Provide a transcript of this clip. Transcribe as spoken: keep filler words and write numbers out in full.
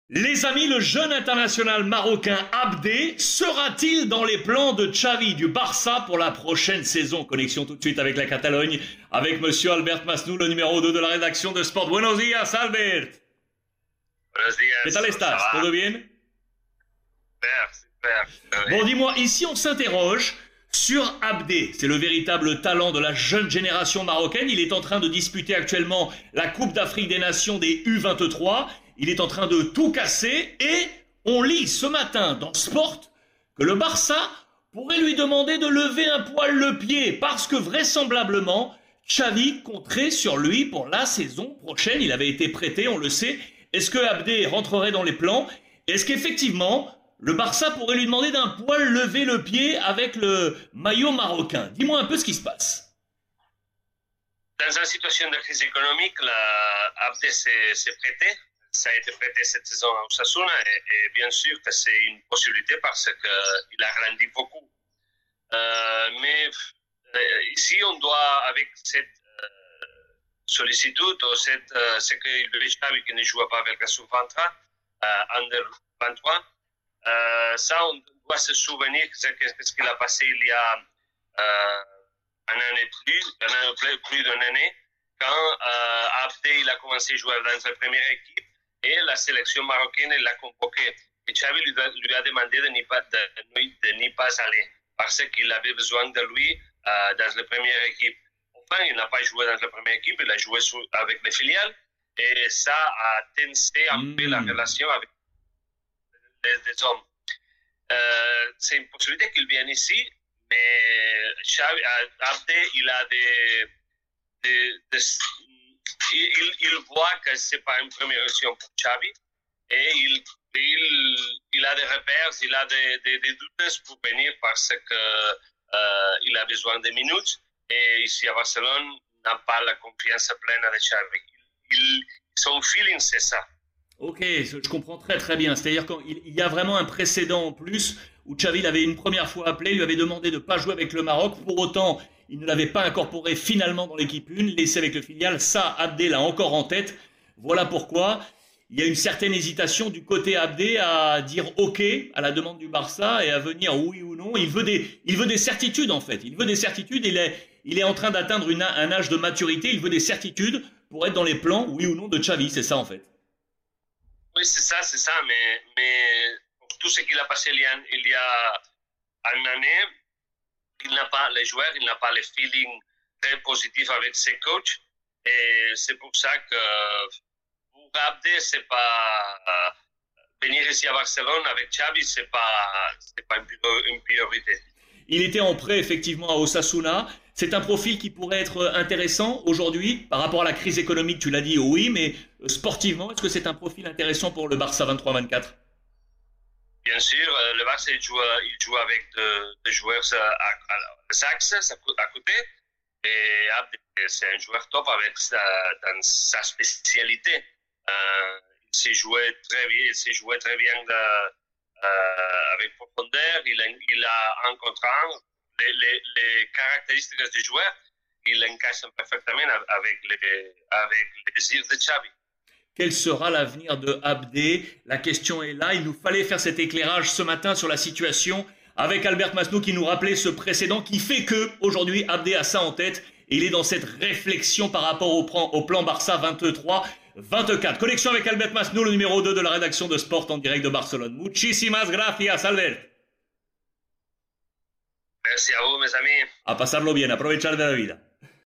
Les amis, le jeune international marocain Abdé sera-t-il dans les plans de Xavi du Barça pour la prochaine saison? Connexion tout de suite avec la Catalogne, avec monsieur Albert Masnou, le numéro deux de la rédaction de Sport. Buenos días, Albert. Buenos días. ¿Qué tal estás? ¿Todo bien? Super, super. Bon, dis-moi, ici on s'interroge sur Abdé. C'est le véritable talent de la jeune génération marocaine. Il est en train de disputer actuellement la Coupe d'Afrique des Nations des U vingt-trois. Il est en train de tout casser et on lit ce matin dans Sport que le Barça pourrait lui demander de lever un poil le pied parce que vraisemblablement Xavi compterait sur lui pour la saison prochaine. Il avait été prêté, on le sait. Est-ce que Abdé rentrerait dans les plans? Est-ce qu'effectivement le Barça pourrait lui demander d'un poil lever le pied avec le maillot marocain? Dis-moi un peu ce qui se passe. Dans une situation de crise économique, la Abdé s'est prêté. Ça a été prêté cette saison à Osasuna et, et bien sûr que c'est une possibilité parce qu'il a grandi beaucoup. Euh, mais euh, ici, on doit, avec cette euh, sollicitude, ou cette, euh, ce qu'il devait Xavi qui ne joue pas avec la sous vingt-trois, euh, under vingt-trois, euh, ça, on doit se souvenir de ce qu'il a passé il y a euh, un an et plus, un an, plus d'une année, quand euh, Abdé il a commencé à jouer dans sa première équipe. Et la sélection marocaine l'a convoqué. Et Xavi lui, lui a demandé de n'y pas, de, de n'y pas aller parce qu'il avait besoin de lui euh, dans la première équipe. Enfin, il n'a pas joué dans la première équipe, il a joué sous, avec les filiales. Et ça a tensé un mmh. peu la relation avec les, les hommes. Euh, c'est une possibilité qu'il vienne ici, mais Xavi, Abdé, il a des... des, des Il, il voit que ce n'est pas une première option pour Xavi et il, il, il a des repères, il a des, des, des doutes pour venir parce qu'il euh, a besoin de minutes et ici à Barcelone, n'a pas la confiance pleine de Xavi. Il, son feeling, c'est ça. Ok, je comprends très très bien. C'est-à-dire qu'il y a vraiment un précédent en plus où Xavi l'avait une première fois appelé, lui avait demandé de ne pas jouer avec le Maroc. Pour autant, il ne l'avait pas incorporé finalement dans l'équipe un, laissé avec le filial. Ça, Abdé l'a encore en tête. Voilà pourquoi il y a une certaine hésitation du côté Abdé à dire OK à la demande du Barça et à venir oui ou non. Il veut des, il veut des certitudes en fait. Il veut des certitudes. Il est, il est en train d'atteindre une, un âge de maturité. Il veut des certitudes pour être dans les plans, oui ou non, de Xavi. C'est ça en fait. Oui, c'est ça, c'est ça. Mais, mais pour tout ce qu'il a passé il y a, il y a une année, il n'a pas les joueurs, il n'a pas le feeling très positif avec ses coachs. Et c'est pour ça que pour Abdé, c'est pas euh, venir ici à Barcelone avec Xavi, c'est pas, c'est pas une priorité. Il était en prêt effectivement à Osasuna. C'est un profil qui pourrait être intéressant aujourd'hui par rapport à la crise économique. Tu l'as dit, oui, mais sportivement, est-ce que c'est un profil intéressant pour le Barça vingt-trois vingt-quatre? Bien sûr, le Barça il joue, il joue avec des joueurs à, à, à Axe à côté et c'est un joueur top avec sa, dans sa spécialité. Euh, il s'est joué très bien, il s'est joué très bien de, euh, avec profondeur. Il a, il a un contre un. Les, les, les caractéristiques du joueur, il encaisse parfaitement avec les, avec les désirs de Xavi. Quel sera l'avenir de Abdé? La question est là. Il nous fallait faire cet éclairage ce matin sur la situation avec Albert Masnou qui nous rappelait ce précédent qui fait que aujourd'hui Abdé a ça en tête et il est dans cette réflexion par rapport au plan, au plan Barça vingt-trois vingt-quatre. Connexion avec Albert Masnou, le numéro deux de la rédaction de Sport en direct de Barcelone. Muchísimas gracias, Albert. Merci à vous, mes amis. A pasarlo bien, aprovechar de la vida.